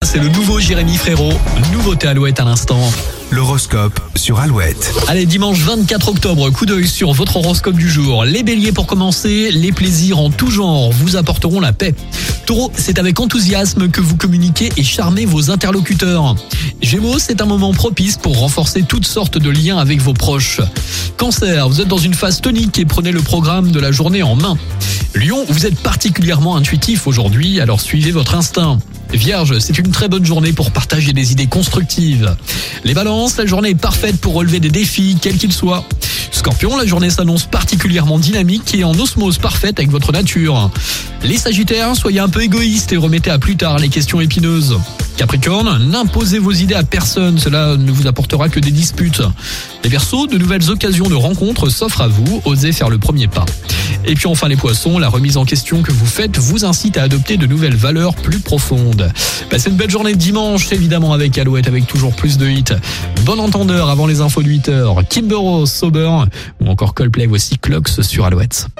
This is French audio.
c'est le nouveau Jérémy Frérot. Nouveauté Alouette à l'instant. L'horoscope sur Alouette. Allez, dimanche 24 octobre, coup d'œil sur votre horoscope du jour. Les béliers pour commencer, les plaisirs en tout genre vous apporteront la paix. Taureau, c'est avec enthousiasme que vous communiquez et charmez vos interlocuteurs. Gémeaux, c'est un moment propice pour renforcer toutes sortes de liens avec vos proches. Cancer, vous êtes dans une phase tonique et prenez le programme de la journée en main. Lion, vous êtes particulièrement intuitif aujourd'hui, alors suivez votre instinct. Vierge, c'est une très bonne journée pour partager des idées constructives. Les balances, la journée est parfaite pour relever des défis, quels qu'ils soient. Scorpion, la journée s'annonce particulièrement dynamique et en osmose parfaite avec votre nature. Les sagittaires, soyez un peu égoïstes et remettez à plus tard les questions épineuses. Capricorne, n'imposez vos idées à personne, cela ne vous apportera que des disputes. Les Verseaux, de nouvelles occasions de rencontres s'offrent à vous, osez faire le premier pas. Et puis enfin les Poissons, la remise en question que vous faites vous incite à adopter de nouvelles valeurs plus profondes. Passez une belle journée de dimanche, évidemment avec Alouette, avec toujours plus de hits. Bon entendeur avant les infos de 8h, Kimber Rose, Sober, ou encore Coldplay, voici Clocks sur Alouette.